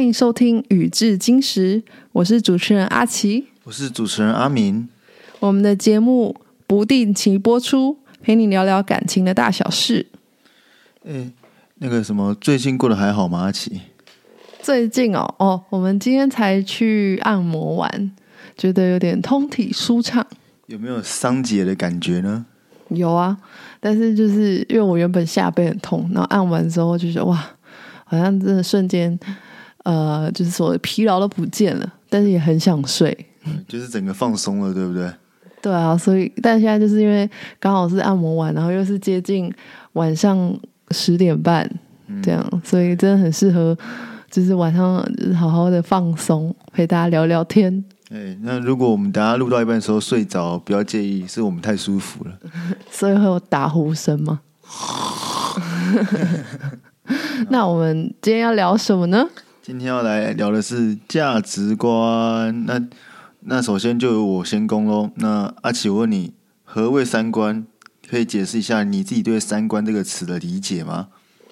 欢迎收听宇治金石，我是主持人阿奇， 我是主持人阿明。 我们的节目不定期播出，陪你聊聊感情的大小事。 那个什么，最近过得还好吗？阿奇？ 最近我们今天才去按摩完，觉得有点通体舒畅。 有没有桑结的感觉呢？ 有啊，但是就是因为我原本下背很痛，然后按完之后就觉得哇，好像真的瞬间就是所谓疲劳都不见了，但是也很想睡， 就是整个放松了，对不对？ 对啊，所以但现在就是因为刚好是按摩完，然后又是接近晚上10点半这样，所以真的很适合就是晚上就是好好的放松，陪大家聊聊天。 那如果我们等一下录到一半的时候睡着，不要介意，是我们太舒服了。 所以会有打呼声吗？那我们今天要聊什么呢？ 今天要来聊的是价值观。那首先就由我先攻咯。那阿奇，我问你，何谓三观？可以解释一下你自己对三观这个词的理解吗？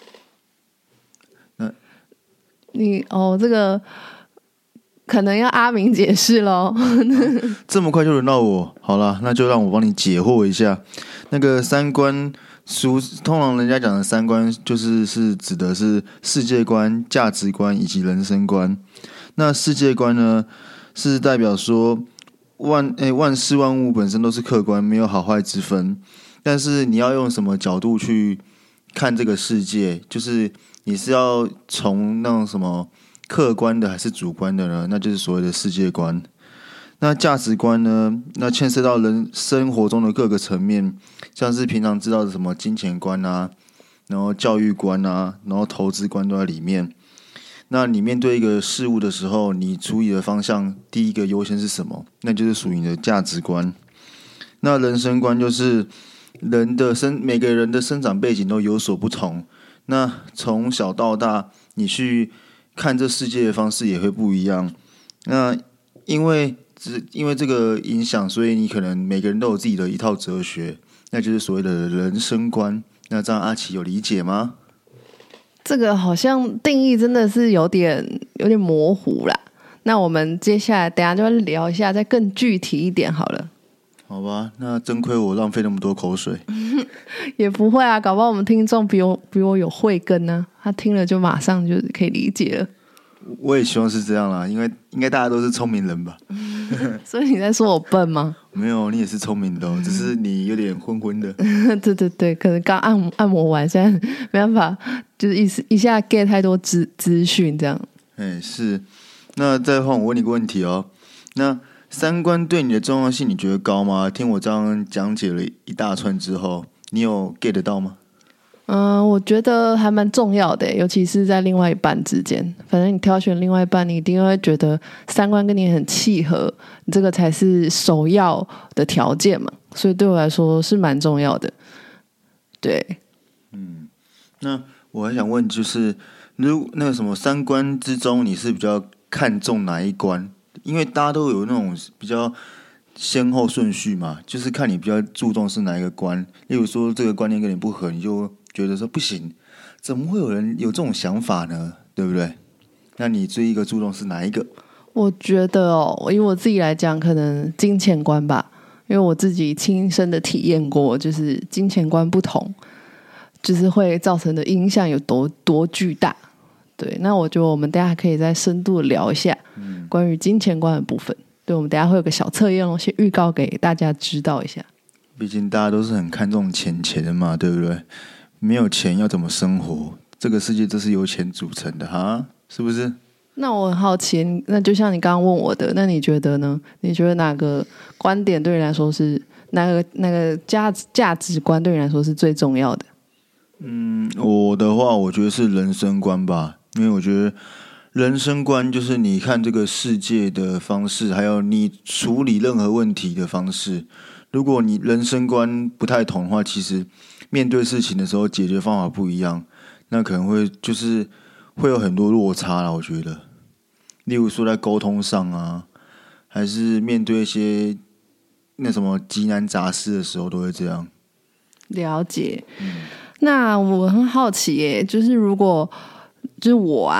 这个可能要阿明解释咯。 这么快就轮到我，好了，那就让我帮你解惑一下。那个三观，通常人家讲的三观，是指的是世界观、价值观以及人生观。那世界观呢，是代表说万事万物本身都是客观，没有好坏之分。但是你要用什么角度去看这个世界，就是你是要从那种什么客观的还是主观的呢？那就是所谓的世界观。那价值观呢？那牵涉到人生活中的各个层面，像是平常知道的什么金钱观啊，然后教育观啊，然后投资观都在里面。那你面对一个事物的时候，你处理的方向第一个优先是什么？那就是属于你的价值观。那人生观就是每个人的生长背景都有所不同，那从小到大你去看这世界的方式也会不一样。那因为这个影响，所以你可能每个人都有自己的一套哲学，那就是所谓的人生观。那这样阿奇有理解吗？ 这个好像定义真的是有点模糊啦。那我们接下来等一下就聊一下，再更具体一点好了。 好吧，那真亏我浪费那么多口水。 也不会啊，搞不好我们听众比我有慧根呢，他听了就马上就可以理解了。 我也希望是这样啦，因为应该大家都是聪明人吧。 所以你在说我笨吗？ 没有，你也是聪明的哦，只是你有点昏昏的。 对对对，可能刚按摩完，现在没办法，就是一下 get 太多资讯这样。 是。那再换我问你个问题哦。那三观对你的重要性，你觉得高吗？听我这样讲解了一大串之后，你有 get 得到吗？ 我觉得还蛮重要的，尤其是在另外一半之间。反正你挑选另外一半，你一定会觉得三观跟你很契合，这个才是首要的条件嘛。所以对我来说是蛮重要的。对， 那我还想问，就是那个什么三观之中，你是比较看重哪一关？因为大家都有那种比较先后顺序嘛，就是看你比较注重是哪一个观。例如说这个观念跟你不合，你就觉得说不行，怎么会有人有这种想法呢？对不对？那你最一个注重是哪一个？ 我觉得以我自己来讲，可能金钱观吧，因为我自己亲身的体验过，就是金钱观不同，就是会造成的影响有多巨大。对，那我觉得我们等一下可以再深度的聊一下关于金钱观的部分。对，我们等一下会有个小测验，先预告给大家知道一下。 毕竟大家都是很看重钱的嘛，对不对？没有钱要怎么生活？这个世界都是由钱组成的哈，是不是？ 那我很好奇，那就像你刚刚问我的，那你觉得呢？你觉得哪个观点对你来说是哪个价值观对你来说是最重要的？ 我的话，我觉得是人生观吧，因为我觉得人生观就是你看这个世界的方式，还有你处理任何问题的方式。如果你人生观不太同的话，其实面对事情的时候解决方法不一样，那可能会有很多落差啦。我觉得，例如说在沟通上啊，还是面对一些那什么疑难杂事的时候，都会这样。 了解。那我很好奇耶，就是如果就是我啊，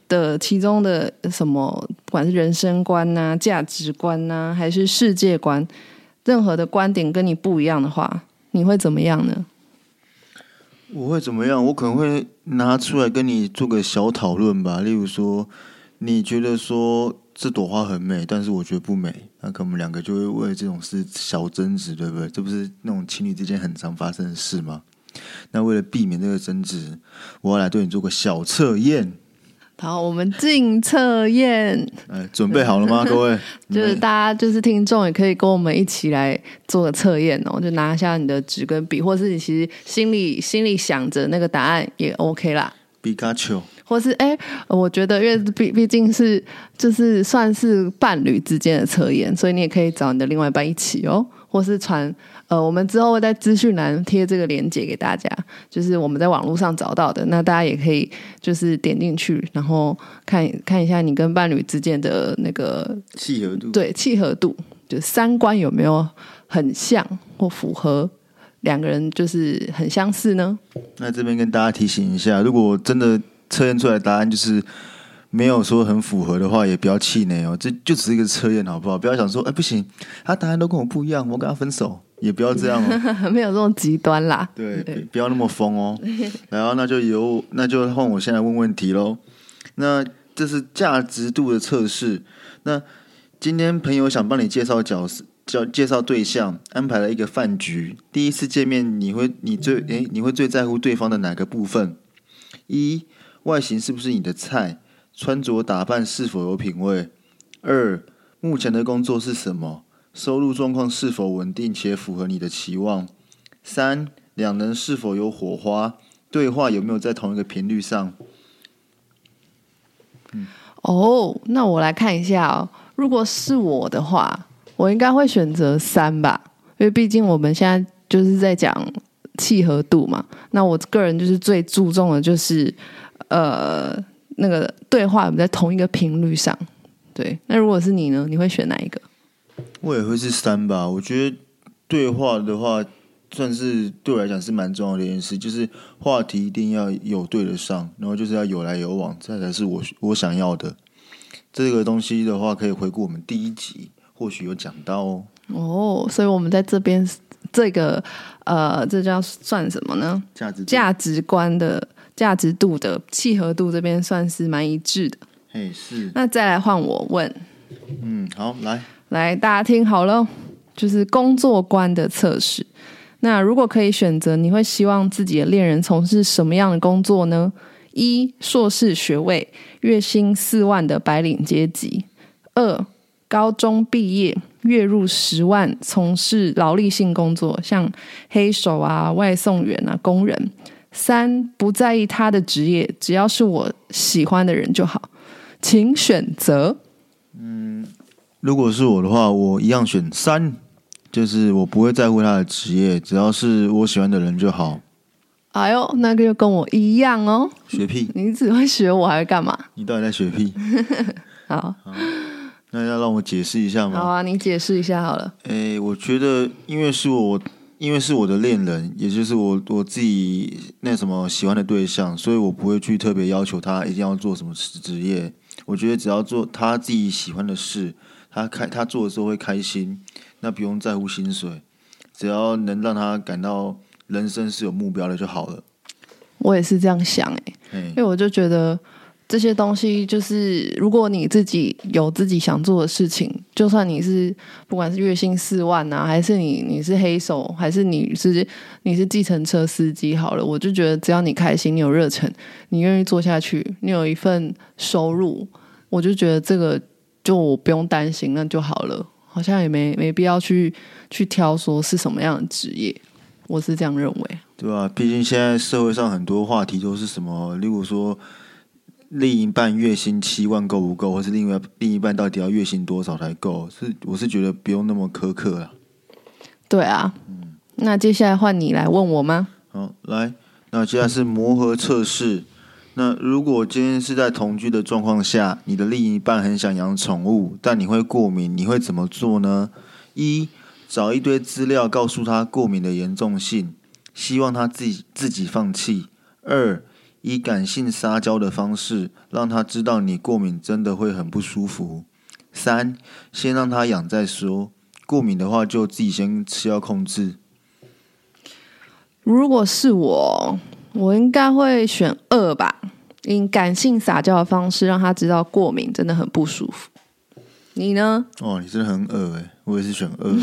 的其中的什么，不管是人生观啊、价值观啊，还是世界观，任何的观点跟你不一样的话，你会怎么样呢？ 我会怎么样？我可能会拿出来跟你做个小讨论吧。例如说，你觉得说这朵花很美，但是我觉得不美，那可能我们两个就会为这种事小争执，对不对？这不是那种情侣之间很常发生的事吗？那为了避免这个争执，我要来对你做个小测验。 好，我们进测验。 准备好了吗，各位？ 就是大家就是听众也可以跟我们一起来做个测验哦，就拿下你的纸跟笔，或是你其实心里想着那个答案也 OK 啦。 皮卡丘， 或是我觉得因为毕竟是就是算是伴侣之间的测验，所以你也可以找你的另外一半一起哦，或是传我们之后会在资讯栏贴这个连结给大家，就是我们在网络上找到的，那大家也可以就是点进去，然后看一下你跟伴侣之间的那个契合度， 对，契合度，就三观有没有很像或符合，两个人就是很相似呢？ 那这边跟大家提醒一下，如果真的测验出来的答案就是没有说很符合的话，也不要气馁哦，这就只是一个测验，好不好？不要想说，不行，他答案都跟我不一样，我跟他分手，也不要这样哦。 没有这种极端啦。 对，不要那么疯哦。然后那就换我现在问问题喽。那这是价值度的测试。那今天朋友想帮你介绍角色。介绍对象，安排了一个饭局。第一次见面，你会最在乎对方的哪个部分？一、外形是不是你的菜？穿着打扮是否有品味？二、目前的工作是什么？收入状况是否稳定且符合你的期望？三、两人是否有火花？对话有没有在同一个频率上？ 那我来看一下哦。如果是我的话，我应该会选择3吧，因为毕竟我们现在就是在讲契合度嘛。那我个人就是最注重的就是那个对话有没有在同一个频率上。对，那如果是你呢？你会选哪一个？ 我也会是3吧。我觉得对话的话，算是对我来讲是蛮重要的一件事，就是话题一定要有对得上，然后就是要有来有往，这才是我想要的。这个东西的话，可以回顾我们第1集。或许有讲到哦。 所以我们在这边这个这叫算什么呢？价值观的价值度的契合度这边算是蛮一致的。 是。 那再来换我问。 好， 来，大家听好了，就是工作观的测试。那如果可以选择，你会希望自己的恋人从事什么样的工作呢？一、硕士学位，月薪4万的白领阶级。2、高中毕业，月入10万，从事劳力性工作，像黑手啊、外送员啊、工人。3、不在意他的职业，只要是我喜欢的人就好。请选择。 如果是我的话，我一样选3，就是我不会在乎他的职业，只要是我喜欢的人就好。 哎呦，那个就跟我一样哦。 学屁！ 你只会学我还会干嘛？ 你到底在学屁？ 好。 那要让我解释一下吗？ 好啊，你解释一下好了。 我觉得因为是我的恋人，也就是我自己那什么喜欢的对象，所以我不会去特别要求他一定要做什么职业。我觉得只要做他自己喜欢的事，他做的时候会开心，那不用在乎薪水，只要能让他感到人生是有目标的就好了。 我也是这样想因为我就觉得这些东西就是如果你自己有自己想做的事情，就算你是不管是月薪4万啊，还是你是黑手，还是你是计程车司机好了，我就觉得只要你开心，你有热忱，你愿意做下去，你有一份收入，我就觉得这个就我不用担心，那就好了，好像也没必要去挑说是什么样的职业，我是这样认为。 对吧？毕竟现在社会上很多话题都是什么，例如说另一半月薪7万够不够，或是另一半到底要月薪多少才够？我是觉得不用那么苛刻啦。 对啊，那接下来换你来问我吗？ 好，来，那接下来是磨合测试。那如果今天是在同居的状况下，你的另一半很想养宠物，但你会过敏，你会怎么做呢？一、找一堆资料告诉他过敏的严重性，希望他自己放弃。2、 以感性撒娇的方式让他知道你过敏真的会很不舒服。3. 先让他痒再说，过敏的话就自己先吃药控制。 如果是我应该会选2吧，以感性撒娇的方式让他知道过敏真的很不舒服。你呢？ 哦，你真的很恶我也是选2。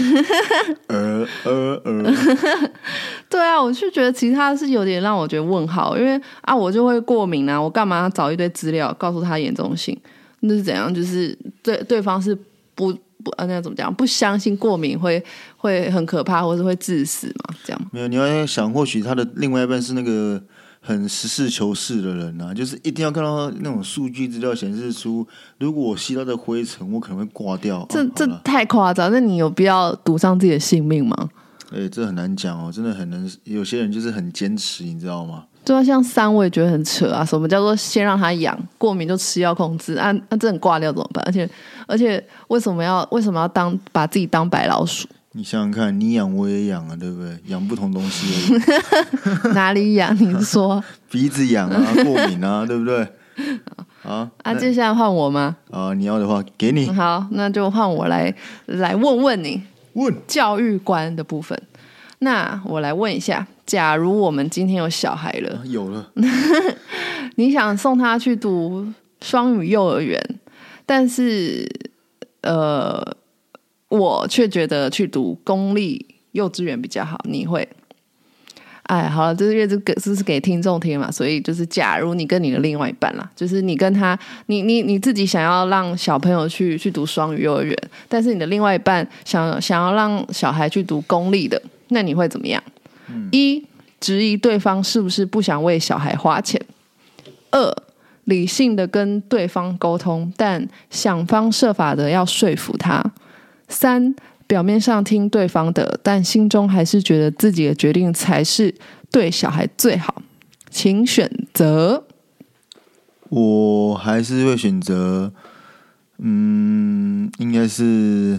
对啊，我就觉得其他是有点让我觉得问号，因为我就会过敏啊，我干嘛要找一堆资料告诉他严重性？那是怎样？就是对方是那怎么讲？不相信过敏会很可怕，或是会致死嘛？这样没有，你要想，或许他的另外一半是那个很实事求是的人啊，就是一定要看到那种数据资料显示出，如果我吸到的灰尘，我可能会挂掉。 这太夸张，那你有必要赌上自己的性命吗？ 这很难讲哦，真的很难。有些人就是很坚持，你知道吗？ 对啊，像3我也觉得很扯啊！什么叫做先让他痒，过敏就吃药控制？这很挂掉怎么办？而且为什么要把自己当白老鼠？ 你想想看，你痒我也痒啊，对不对？痒不同东西而已。 哪里痒？你说鼻子痒啊，过敏啊，对不对？ 接下来换我吗？ 你要的话给你。 好，那就换我来问问你问教育观的部分。那我来问一下，假如我们今天有小孩了， 有了， 你想送他去读双语幼儿园，但是我却觉得去读公立幼稚园比较好，你会？好了，这是给听众听嘛，所以就是假如你跟你的另外一半啦，就是你跟他，你自己想要让小朋友去读双语幼儿园，但是你的另外一半想要让小孩去读公立的，那你会怎么样？1. 质疑对方是不是不想为小孩花钱。2. 理性的跟对方沟通，但想方设法的要说服他。3. 表面上听对方的，但心中还是觉得自己的决定才是对小孩最好。请选择。 我还是会选择，应该是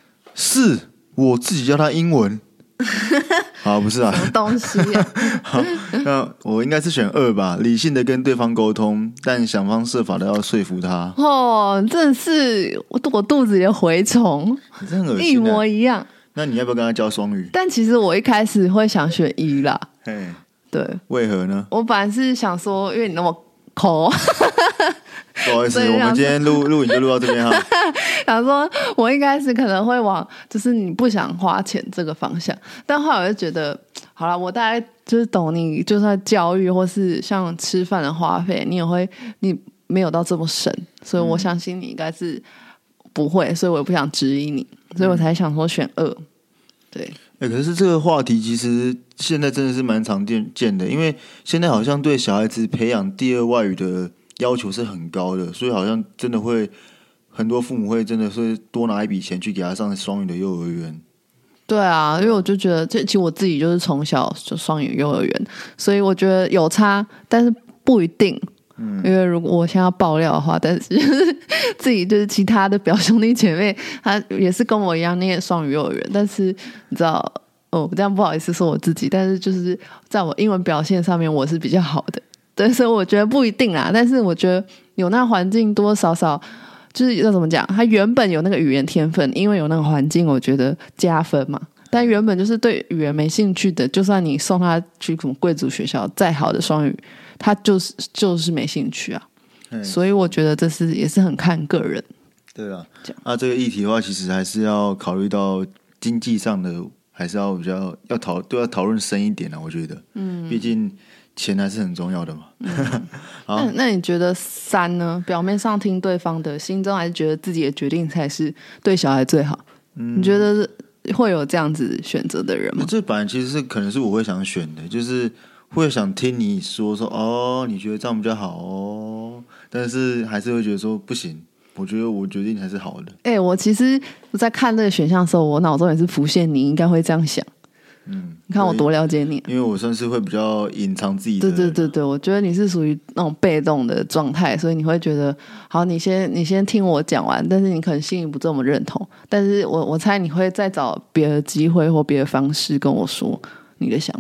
4，我自己教他英文。好，不是啊， 什么东西啊？ 好，那我应该是选2吧，理性的跟对方沟通，但想方设法的要说服他。 真的是我肚子里的蛔虫， 你真的很恶心， 一模一样。 那你要不要跟他教双语？ 但其实我一开始会想选1啦。对， 为何呢？ 我本来是想说，因为你那么抠。 不好意思，我们今天录影就录到这边哈。 想说我一开始可能会往就是你不想花钱这个方向，但后来我就觉得，好啦，我大概就是懂你，就算教育或是像吃饭的花费，你没有到这么省，所以我相信你应该是不会，所以我也不想质疑你，所以我才想说选2。对。 可是这个话题其实现在真的是蛮常见的，因为现在好像对小孩子培养第2外语的要求是很高的，所以好像真的会很多父母会真的是多拿一笔钱去给他上双语的幼儿园。 对啊，因为我就觉得其实我自己就是从小就双语幼儿园，所以我觉得有差，但是不一定。因为如果我现在要爆料的话，但是就是自己就是其他的表兄弟姐妹，他也是跟我一样念双语幼儿园，但是你知道，这样不好意思说我自己，但是就是在我英文表现上面我是比较好的，对，所以我觉得不一定啦。但是我觉得有那环境多少少，就是要怎么讲，他原本有那个语言天分，因为有那个环境，我觉得加分嘛。但原本就是对语言没兴趣的，就算你送他去什么贵族学校，再好的双语，他就是没兴趣啊。所以我觉得这也是很看个人。 对啊，这个议题的话，其实还是要考虑到经济上的，还是要比较要讨论深一点啊。我觉得，毕竟钱还是很重要的嘛。 那你觉得3呢？表面上听对方的，心中还是觉得自己的决定才是对小孩最好。你觉得会有这样子选择的人吗？ 这本来其实可能是我会想选的，就是会想听你说你觉得这样比较好哦，但是还是会觉得说不行，我觉得我决定还是好的。 我其实在看这个选项的时候，我脑中也是浮现你应该会这样想。你看我多了解你， 因为我算是会比较隐藏自己的。 对，我觉得你是属于那种被动的状态，所以你会觉得好，你先听我讲完，但是你可能心里不这么认同，但是我猜你会再找别的机会或别的方式跟我说你的想法。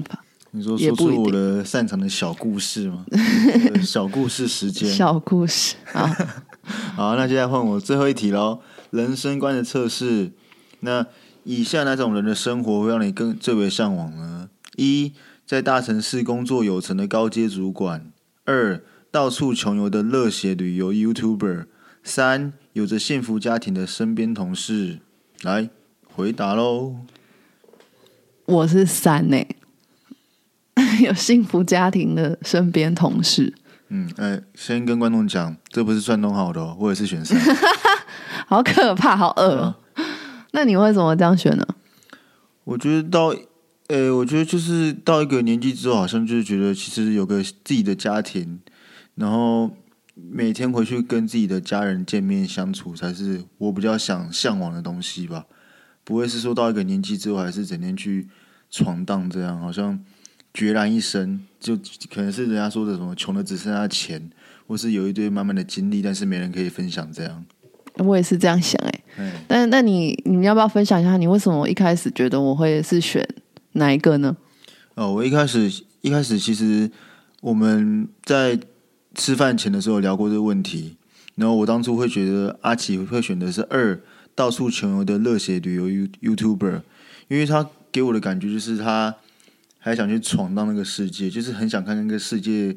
你说出我的擅长的小故事吗？小故事时间， 小故事好， 好，那接下来换我最后一题喽，人生观的测试。那以下哪种人的生活会让你最为向往呢？一，在大城市工作有成的高阶主管；二，到处穷游的热血旅游 YouTuber；三，有着幸福家庭的身边同事。来回答喽。 我是三欸，有幸福家庭的身边同事。 先跟观众讲，这不是串通好的哦，我也是选三。 好可怕，好恶哦。那你为什么这样选呢？ 我觉得就是到一个年纪之后，好像就是觉得其实有个自己的家庭，然后每天回去跟自己的家人见面相处，才是我比较向往的东西吧。不会是说到一个年纪之后，还是整天去闯荡这样，好像孑然一身，就可能是人家说的什么穷的只剩下钱，或是有一堆满满的经历，但是没人可以分享这样。 我也是这样想但你们要不要分享一下，你为什么一开始觉得我会是选哪一个呢？ 我一开始其实我们在吃饭前的时候有聊过这个问题，然后我当初会觉得阿奇会选的是二，到处穷游的热血旅游 YouTuber， 因为他给我的感觉就是他还想去闯荡那个世界，就是很想看那个世界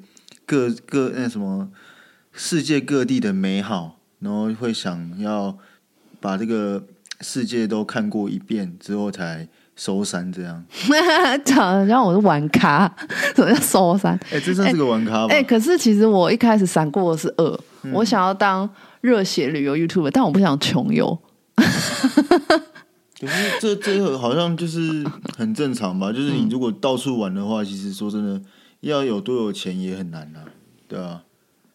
世界各地的美好，然后会想要把这个世界都看过一遍之后才收山这样。 讲得像我是玩咖，什么叫收山？ 这算是个玩咖吧？ 可是其实我一开始闪过的是二，我想要当热血旅游 YouTuber， 但我不想穷游。 可是这个好像就是很正常吧？就是你如果到处玩的话，其实说真的，要有多有钱也很难啊，对啊。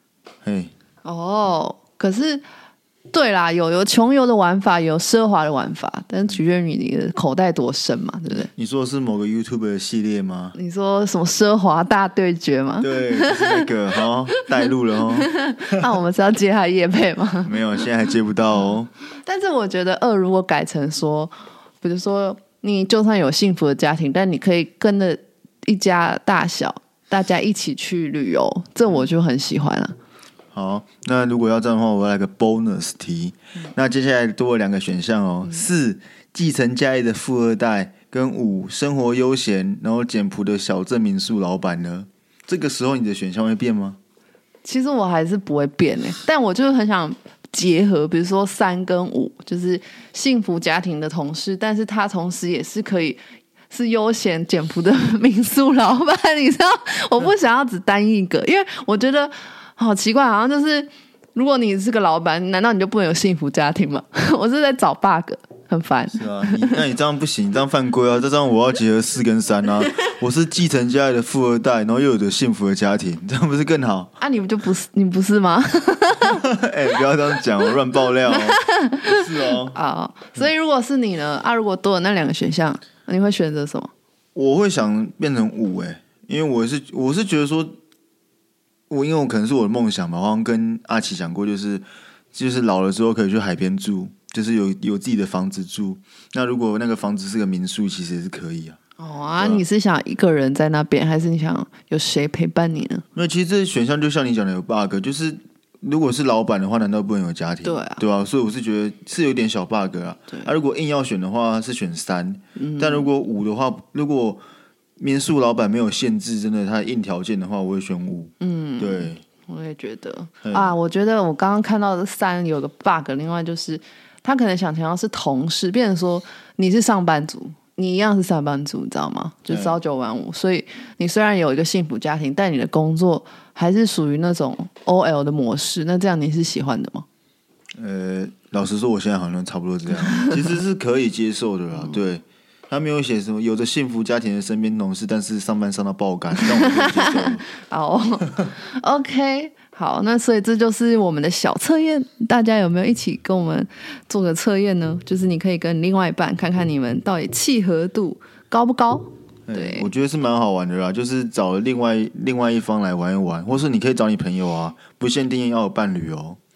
可是对啦，有穷游的玩法，有奢华的玩法，但是取决于你的口袋多深嘛，对不对？ 你说的是某个 YouTube 的系列吗？ 你说什么奢华大对决吗？ 对，就是那个好带路了哦。 那我们是要接他的业配吗？ 没有，现在还接不到哦。 但是我觉得二如果改成说，比如说你就算有幸福的家庭，但你可以跟着一家大小大家一起去旅游，这我就很喜欢了。 好，那如果要这样的话，我要来个 bonus 题。那接下来多了2个选项哦。4，继承家业的富二代，跟5，生活悠闲然后简朴的小镇民宿老板呢？这个时候你的选项会变吗？ 其实我还是不会变但我就很想结合，比如说3跟5，就是幸福家庭的同事，但是他同时也是可以是悠闲简朴的民宿老板，你知道，我不想要只单一个，因为我觉得好奇怪，好像就是如果你是个老板，难道你就不能有幸福家庭吗？我是在找 bug， 很烦。 是啊，那你这样不行，你这样犯规啊！这样我要结合4跟3啊！我是继承家业的富二代，然后又有着幸福的家庭，这样不是更好？ 啊，你们就不是，你不是吗？ 不要这样讲，我乱爆料哦。不是哦。 所以如果是你呢？如果多了那2个选项，你会选择什么？ 我会想变成5因为我是觉得说。因为我可能是我的梦想吧，我好像跟阿奇讲过，就是老了之后可以去海边住，就是有自己的房子住。那如果那个房子是个民宿，其实也是可以啊。 你是想一个人在那边，还是你想有谁陪伴你呢？ 那其实这选项就像你讲的有 bug，就是如果是老板的话，难道不能有家庭？对啊，所以我是觉得是有点小 bug 啊。如果硬要选的话，是选3，但如果5的话，如果民宿老板没有限制，真的他硬条件的话，我会选5。对， 我也觉得我觉得我刚刚看到的3有个 bug， 另外就是他可能想强调是同事，变成说你是上班族，你一样是上班族，你知道吗？就朝9晚5，所以你虽然有一个幸福家庭，但你的工作还是属于那种 OL 的模式，那这样你是喜欢的吗？ 老实说，我现在好像差不多这样，其实是可以接受的啦。对。他没有写什么有着幸福家庭的身边同事，但是上班上到爆肝，但我可以接受。 好，OK， 好，那所以这就是我们的小测验，大家有没有一起跟我们做个测验呢？就是你可以跟另外一半看看你们到底契合度高不高。对， 我觉得是蛮好玩的啦，就是找另外一方来玩一玩，或是你可以找你朋友啊，不限定要有伴侣哦。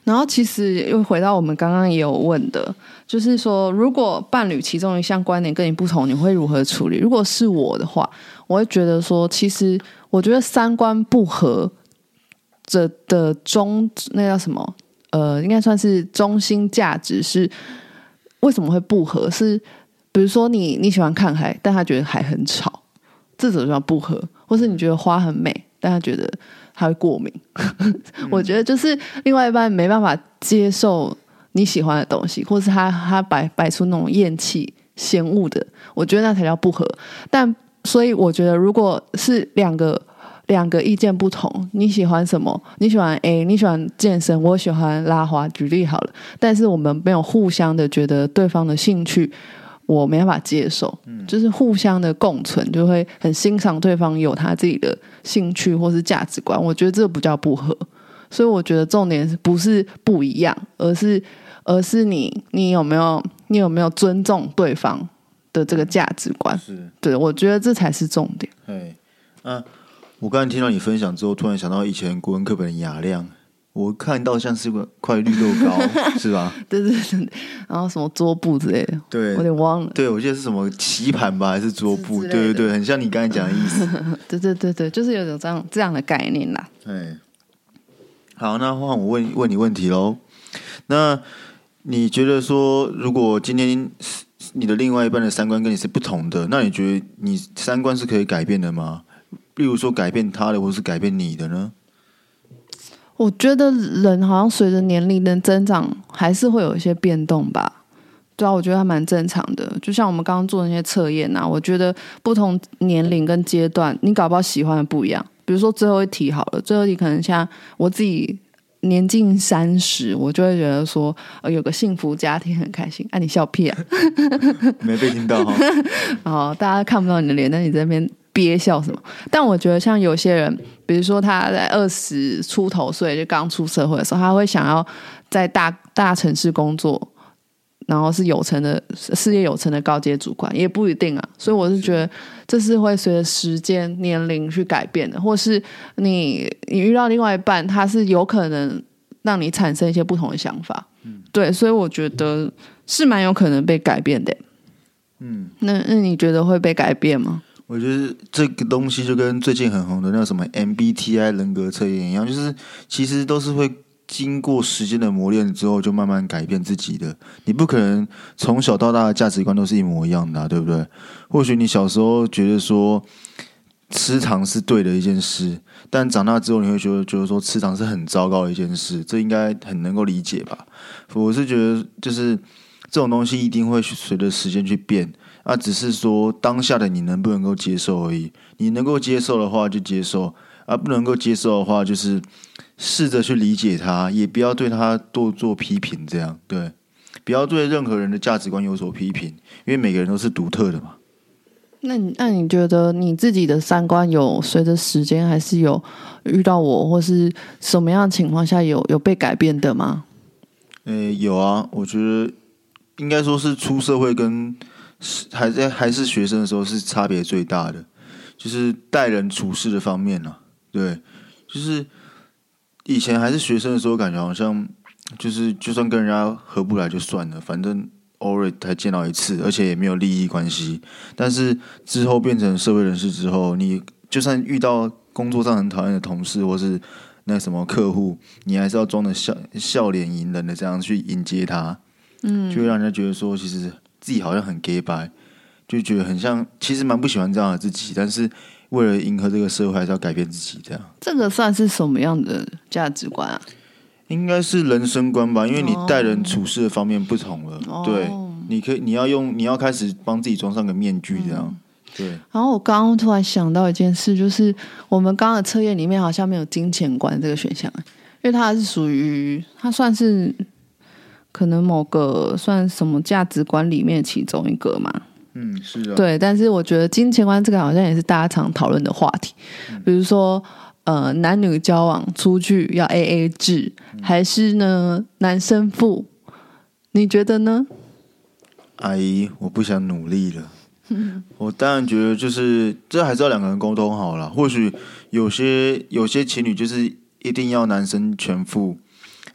然后其实又回到我们刚刚也有问的，就是说如果伴侣其中一项观点跟你不同，你会如何处理？如果是我的话，我会觉得说，其实我觉得三观不合的那叫什么？应该算是中心价值是为什么会不合？是比如说你喜欢看海，但他觉得海很吵，这种叫不合；或是你觉得花很美，但他觉得他会过敏。我觉得就是另外一半没办法接受你喜欢的东西，或是他摆出那种厌弃、嫌恶的，我觉得那才叫不合。但所以我觉得，如果是两个意见不同，你喜欢什么？你喜欢 A， 你喜欢健身，我喜欢拉花，举例好了。但是我们没有互相的觉得对方的兴趣我没办法接受，就是互相的共存，就会很欣赏对方有他自己的兴趣或是价值观。我觉得这不叫不合，所以我觉得重点不是不一样，而是你有没有尊重对方的这个价值观？ 是， 对，我觉得这才是重点。 我刚才听到你分享之后，突然想到以前国文课本的雅量，我看到像是块绿豆糕，是吧？ 对，然后什么桌布之类的， 对， 我有点忘了。 对，我记得是什么棋盘吧，还是桌布？对，很像你刚才讲的意思。 对，就是有种这样的概念啦。 好，那换我问你问题喽。那你觉得说，如果今天你的另外一半的三观跟你是不同的，那你觉得你三观是可以改变的吗？例如说改变他的，或是改变你的呢？ 我觉得人好像随着年龄的增长，还是会有一些变动吧。对啊，我觉得还蛮正常的。就像我们刚刚做的那些测验啊，我觉得不同年龄跟阶段，你搞不好喜欢的不一样。比如说最后一题好了，最后一题可能像我自己年近30，我就会觉得说，有个幸福家庭很开心。你笑屁啊！ 没被听到哈。 好，大家看不到你的脸，但你在那边憋笑什么？但我觉得像有些人，比如说他在20出头岁就刚出社会的时候，他会想要在大城市工作，然后是事业有成的高阶主管，也不一定啊。所以我是觉得这是会随着时间年龄去改变的，或是你遇到另外一半，他是有可能让你产生一些不同的想法。对，所以我觉得是蛮有可能被改变的。那你觉得会被改变吗？ 我觉得这个东西就跟最近很红的那个什么 MBTI 人格测验一样，就是其实都是会经过时间的磨练之后，就慢慢改变自己的。你不可能从小到大的价值观都是一模一样的对不对？或许你小时候觉得说吃糖是对的一件事，但长大之后你会觉得说吃糖是很糟糕的一件事，这应该很能够理解吧？我是觉得就是这种东西一定会随着时间去变。只是说当下的你能不能够接受而已。你能够接受的话就接受，不能够接受的话就是试着去理解他，也不要对他多做批评，这样对，不要对任何人的价值观有所批评，因为每个人都是独特的嘛。 那你觉得你自己的三观有随着时间，还是有遇到我或是什么样的情况下有被改变的吗？ 有啊，我觉得应该说是出社会跟还是学生的时候是差别最大的，就是待人处事的方面啊。对，就是以前还是学生的时候，感觉好像就是就算跟人家合不来就算了，反正偶尔才见到一次，而且也没有利益关系。但是之后变成社会人士之后，你就算遇到工作上很讨厌的同事或是那什么客户，你还是要装的笑脸迎人的这样去迎接他，就会让人家觉得说其实自己好像很 gay 白，就觉得很像，其实蛮不喜欢这样的自己，但是为了迎合这个社会，还是要改变自己。这样，这个算是什么样的价值观啊？ 应该是人生观吧，因为你待人处事的方面不同了。对，你要开始帮自己装上个面具，这样。对。 然后我刚刚突然想到一件事，就是我们刚刚的测验里面好像没有金钱观这个选项，因为它是属于它算是。可能某个算什么价值观里面其中一个嘛， 是的， 对。但是我觉得金钱观这个好像也是大家常讨论的话题，比如说男女交往出去要 AA 制，还是呢男生付？你觉得呢？ 阿姨，我不想努力了。我当然觉得就是这还是要两个人沟通好了。或许有些情侣就是一定要男生全付。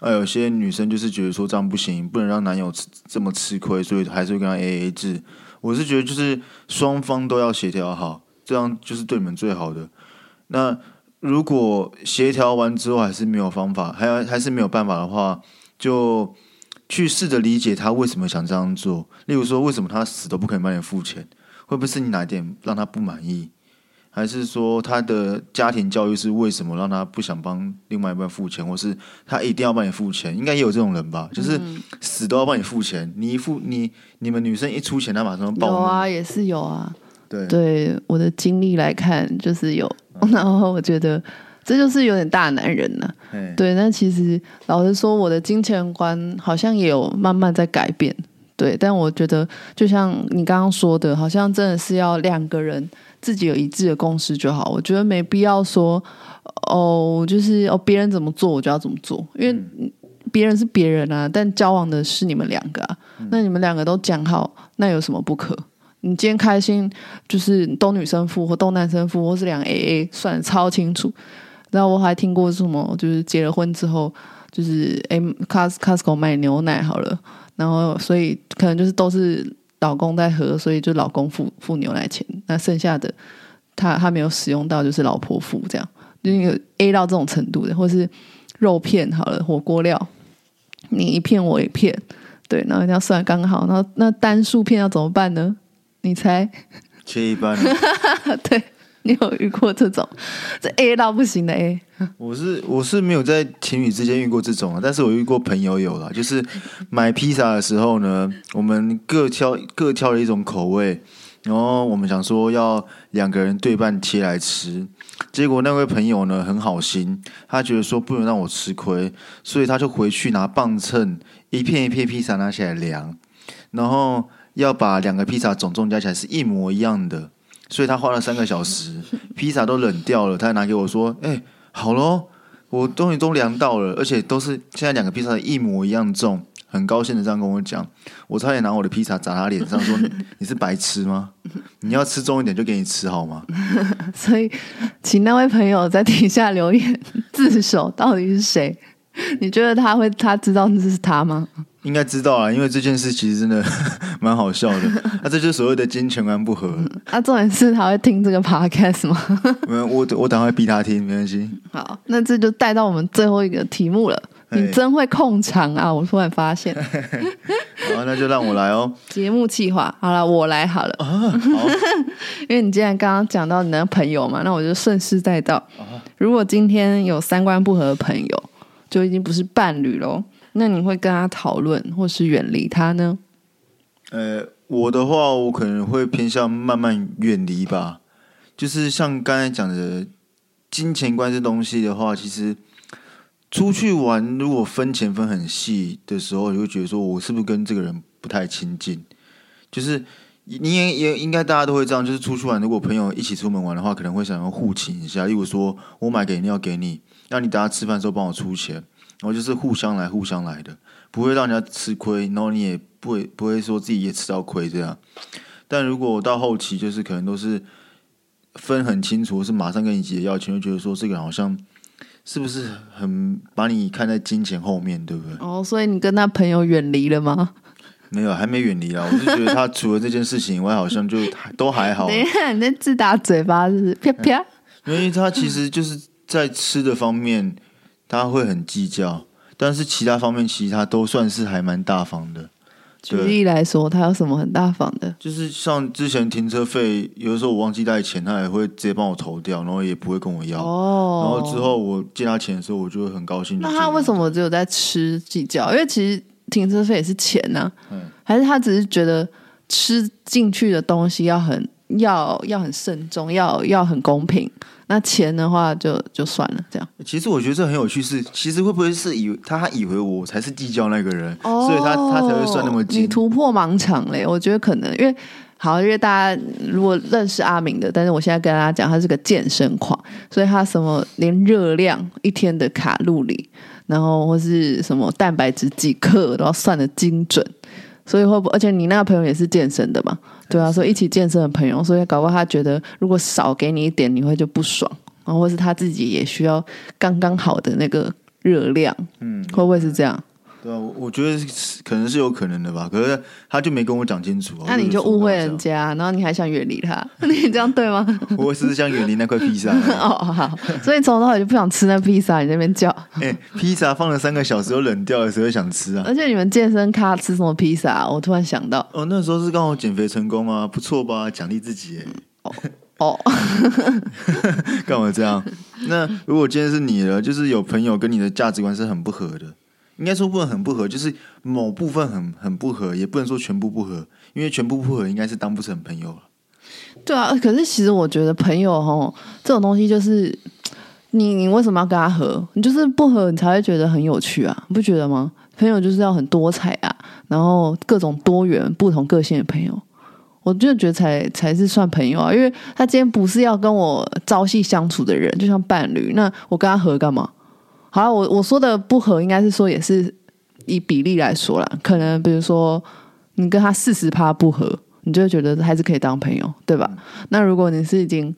有些女生就是觉得说这样不行，不能让男友这么吃亏，所以还是会跟他 AA 制。我是觉得就是双方都要协调好，这样就是对你们最好的。那如果协调完之后还是没有方法，还是没有办法的话，就去试着理解他为什么想这样做。例如说，为什么他死都不肯帮你付钱？会不会是你哪一点让他不满意？还是说他的家庭教育是为什么让他不想帮另外一半付钱，或是他一定要帮你付钱？应该也有这种人吧，就是死都要帮你付钱。你们女生一出钱，他马上暴怒。 有啊，也是有啊。 对， 我的经历来看，就是有。然后我觉得这就是有点大男人了。对，那其实老实说，我的金钱观好像也有慢慢在改变。对，但我觉得就像你刚刚说的，好像真的是要两个人自己有一致的共识就好。我觉得没必要说就是别人怎么做我就要怎么做，因为别人是别人啊，但交往的是你们两个啊。那你们两个都讲好，那有什么不可？你今天开心就是都女生付或都男生付，或是两 AA 算得超清楚。然后我还听过什么，就是结了婚之后，就是Costco 买牛奶好了。然后所以可能就是都是老公在喝，所以就老公付牛奶钱，那剩下的他没有使用到，就是老婆付，这样就有 A 到这种程度的。或是肉片好了，火锅料你一片我一片，对，然后这样算刚好。然后那单数片要怎么办呢？你猜？ 切一半。 对，你有遇过这种这 A 到不行的 A？ 我是没有在情侣之间遇过这种，但是我遇过朋友有啦，就是买披萨的时候呢，我们各挑了一种口味，然后我们想说要两个人对半切来吃，结果那位朋友呢很好心，他觉得说不能让我吃亏，所以他就回去拿磅秤一片一片披萨拿起来量，然后要把两个披萨总重加起来是一模一样的，所以他花了3个小时，披萨都冷掉了，他还拿给我说，好咯，我终于都量到了，而且都是现在两个披萨一模一样重，很高兴的这样跟我讲，我差点拿我的披萨砸他脸上说你是白痴吗？你要吃重一点就给你吃好吗？ 所以请那位朋友在底下留言自首，到底是谁？你觉得他知道这是他吗？ 应该知道啦，因为这件事其实真的蛮好笑的。这就是所谓的金钱观不合。 重点是他会听这个 podcast 吗？ 我等会逼他听，没关系。 好，那这就带到我们最后一个题目了。你真会控场啊！我突然发现。 好，那就让我来哦。 节目企划，好了，我来好了。 好， 因为你既然刚刚讲到你的朋友嘛，那我就顺势带到。如果今天有三观不合的朋友，就已经不是伴侣咯，那你会跟他讨论，或是远离他呢？ 我的话，我可能会偏向慢慢远离吧。就是像刚才讲的金钱观这东西的话，其实出去玩如果分钱分很细的时候，你会觉得说我是不是跟这个人不太亲近？就是你也应该大家都会这样，就是出去玩，如果朋友一起出门玩的话，可能会想要互请一下，例如说我买给你要给你，让你大家吃饭的时候帮我出钱，然后就是互相来的，不会让人家吃亏，然后你也不会说自己也吃到亏这样。但如果到后期，就是可能都是分很清楚，是马上跟你结要钱，就觉得说这个人好像是不是很把你看在金钱后面，对不对？ 所以你跟他朋友远离了吗？ 没有，还没远离啦。我是觉得他除了这件事情以外，好像就都还好。 等一下，你在自打嘴巴是不是？啪啪。 因为他其实就是在吃的方面，他会很计较，但是其他方面其实他都算是还蛮大方的。 举例来说，他有什么很大方的？ 就是像之前停车费，有的时候我忘记带钱，他也会直接帮我投掉，然后也不会跟我要。然后之后我借他钱的时候，我就会很高兴。 那他为什么只有在吃计较？因为其实停车费也是钱啊。还是他只是觉得吃进去的东西要很慎重，要很公平。那钱的话就算了，这样。 其实我觉得这很有趣，其实会不会是他以为我才是计较那个人，所以他才会算那么精。 你突破盲场嘞，我觉得可能因为大家如果认识阿明的，但是我现在跟大家讲，他是个健身狂，所以他什么连热量一天的卡路里，然后或是什么蛋白质几克都要算得精准。所以而且你那个朋友也是健身的嘛，对啊，所以一起健身的朋友，所以搞不好他觉得如果少给你一点，你会就不爽，然后或是他自己也需要刚刚好的那个热量，会不会是这样？ 对啊，我觉得可能是有可能的吧，可是他就没跟我讲清楚。 那你就误会人家，然后你还想远离他，你这样对吗？ 我只是想远离那块披萨。 哦，好，所以从头到尾就不想吃那披萨，你在那边叫。 披萨放了3个小时都冷掉了，谁会想吃啊？ 而且你们健身咖吃什么披萨？我突然想到， 那时候是刚好减肥成功啊，不错吧？奖励自己干嘛这样？那如果今天是你了，就是有朋友跟你的价值观是很不合的。应该说不能很不合，就是某部分很不合，也不能说全部不合，因为全部不合应该是当不成朋友了。 对啊，可是其实我觉得朋友这种东西就是你为什么要跟他合？你就是不合，你才会觉得很有趣啊，你不觉得吗？朋友就是要很多彩啊，然后各种多元、不同个性的朋友，我就觉得才是算朋友啊，因为他今天不是要跟我朝夕相处的人，就像伴侣，那我跟他合干嘛？好，我说的不合，应该是说也是以比例来说啦。可能比如说你跟他40%不合，你就会觉得还是可以当朋友，对吧？那如果你是已经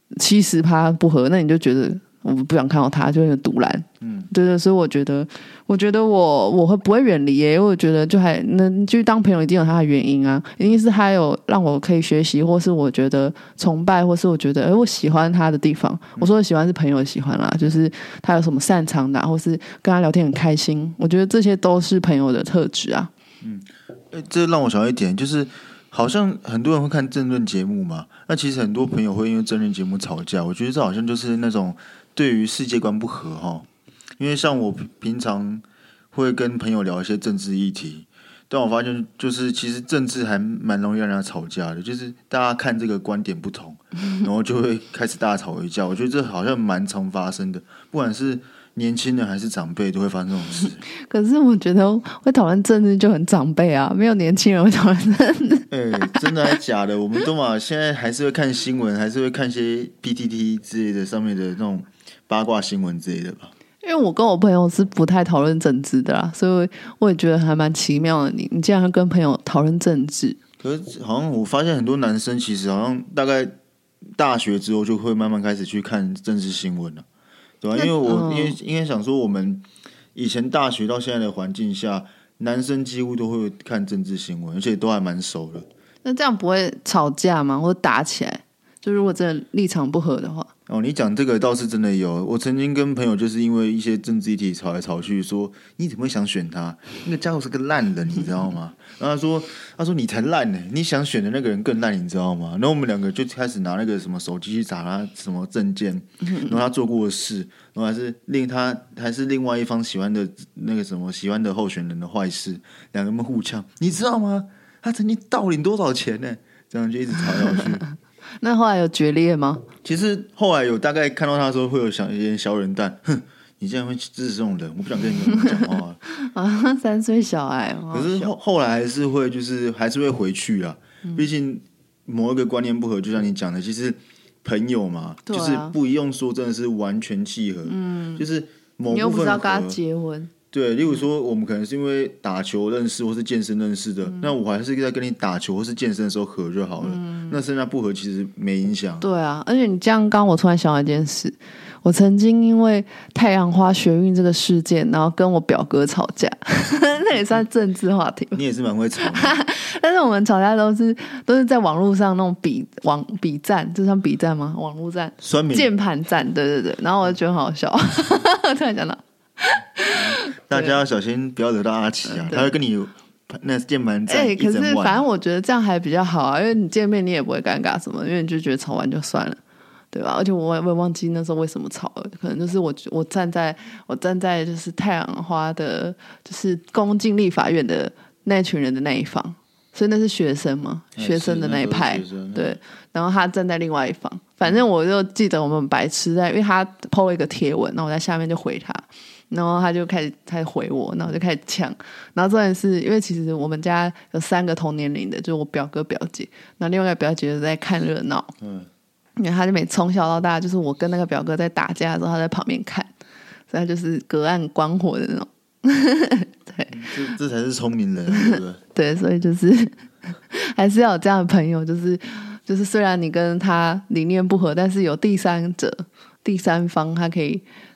70%不合，那你就觉得我不想看到他，就有点独揽。对，所以我觉得我会不会远离耶？因为我觉得就还能继续当朋友，一定有他的原因啊，一定是他有让我可以学习，或是我觉得崇拜，或是我觉得我喜欢他的地方。我说的喜欢是朋友的喜欢啦，就是他有什么擅长的，或是跟他聊天很开心，我觉得这些都是朋友的特质啊。 这让我想到一点，就是好像很多人会看政论节目嘛，那其实很多朋友会因为政论节目吵架，我觉得这好像就是那种对于世界观不合哈。因为像我平常会跟朋友聊一些政治议题，但我发现就是其实政治还蛮容易让人家吵架的，就是大家看这个观点不同，然后就会开始大吵一架。我觉得这好像蛮常发生的，不管是年轻人还是长辈都会发生这种事。 可是我觉得会讨论政治就很长辈啊，没有年轻人会讨论政治。 真的还假的？我们都嘛现在还是会看新闻，还是会看一些 PTT 之类的上面的那种八卦新闻之类的吧。 因为我跟我朋友是不太讨论政治的啦，所以我也觉得还蛮奇妙的。你竟然会跟朋友讨论政治？ 可是好像我发现很多男生其实好像大概大学之后就会慢慢开始去看政治新闻了，对吧？因为我因为想说，我们以前大学到现在的环境下，男生几乎都会看政治新闻，而且都还蛮熟的。 那这样不会吵架吗？或者打起来？就如果真的立场不合的话。 你讲这个倒是真的有。我曾经跟朋友就是因为一些政治议题吵来吵去，说你怎么会想选他？那个家伙是个烂人，你知道吗？然后他说你才烂呢，你想选的那个人更烂，你知道吗？然后我们两个就开始拿那个什么手机去查他什么证件，然后他做过的事，然后还是另外一方喜欢的那个什么喜欢的候选人的坏事，两个人互呛，你知道吗？他曾经盗领多少钱呢？这样就一直吵下去。 那后来有决裂吗？ 其实后来有大概看到他的时候，会有一点小冷淡。哼，你竟然会支持这种人，我不想跟你讲话啊！3岁小孩， 可是后来还是会，就是还是会回去啊。毕竟某一个观念不合，就像你讲的，其实朋友嘛，就是不用说真的是完全契合。就是某部分你又不是要跟他结婚。 对，例如说，我们可能是因为打球认识，或是健身认识的，那我还是在跟你打球或是健身的时候合就好了。那剩下不合其实没影响。 对啊，而且你这样，刚我突然想到一件事，我曾经因为太阳花学运这个事件，然后跟我表哥吵架，那也算政治话题。 你也是蛮会吵的。 但是我们吵架都是在网络上那种比战，这算比战吗？网络战、键盘战，对。然后我就觉得很好笑，突然想到。 大家要小心，不要惹到阿奇啊！他会跟你那键盘战一整晚。 可是反正我觉得这样还比较好啊，因为你见面你也不会尴尬什么，因为你就觉得吵完就算了，对吧？而且我也忘记那时候为什么吵了，可能就是我站在就是太阳花的，就是公进立法院的那群人的那一方，所以那是学生嘛，学生的那一派，对。然后他站在另外一方，反正我就记得我们白痴因为他 po 了一个贴文，然后我在下面就回他。然后他就开始回我，然后我就开始呛。然后重点是因为其实我们家有3个同年龄的，就是我表哥表姐，然后另外一个表姐就在看热闹。因为他就从小到大，就是我跟那个表哥在打架的时候，他在旁边看，所以他就是隔岸观火的那种。对， 这才是聪明人，对不对？ 对，所以就是还是要有这样的朋友，就是虽然你跟他理念不合，但是有第三方他可以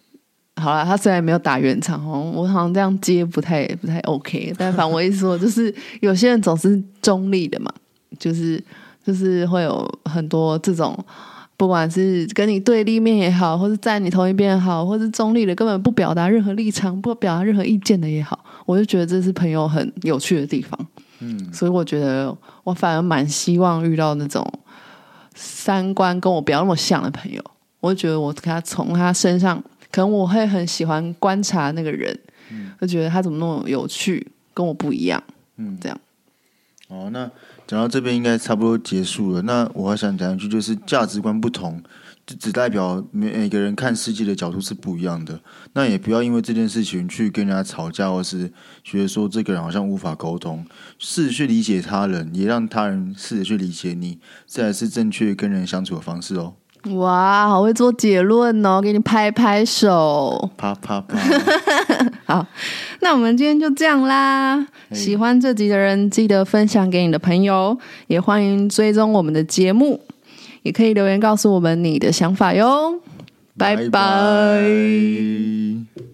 好啦，他虽然没有打圆场我好像这样接不太 OK， 但反正我意思说，就是有些人总是中立的嘛，就是会有很多这种，不管是跟你对立面也好，或是站你同一边也好，或是中立的根本不表达任何立场，不表达任何意见的也好，我就觉得这是朋友很有趣的地方。所以我觉得我反而蛮希望遇到那种三观跟我不要那么像的朋友，我就觉得我跟他从他身上，可能我会很喜欢观察那个人，就觉得他怎么那么有趣，跟我不一样，这样。 那讲到这边应该差不多结束了。那我还想讲一句，就是价值观不同，就只代表每个人看世界的角度是不一样的。那也不要因为这件事情去跟人家吵架，或是觉得说这个人好像无法沟通。试着去理解他人，也让他人试着去理解你，这才是正确跟人相处的方式哦。 哇，好会做结论哦，给你拍拍手， 啪啪啪。 好，那我们今天就这样啦。喜欢这集的人记得分享给你的朋友，也欢迎追踪我们的节目，也可以留言告诉我们你的想法哟。拜拜。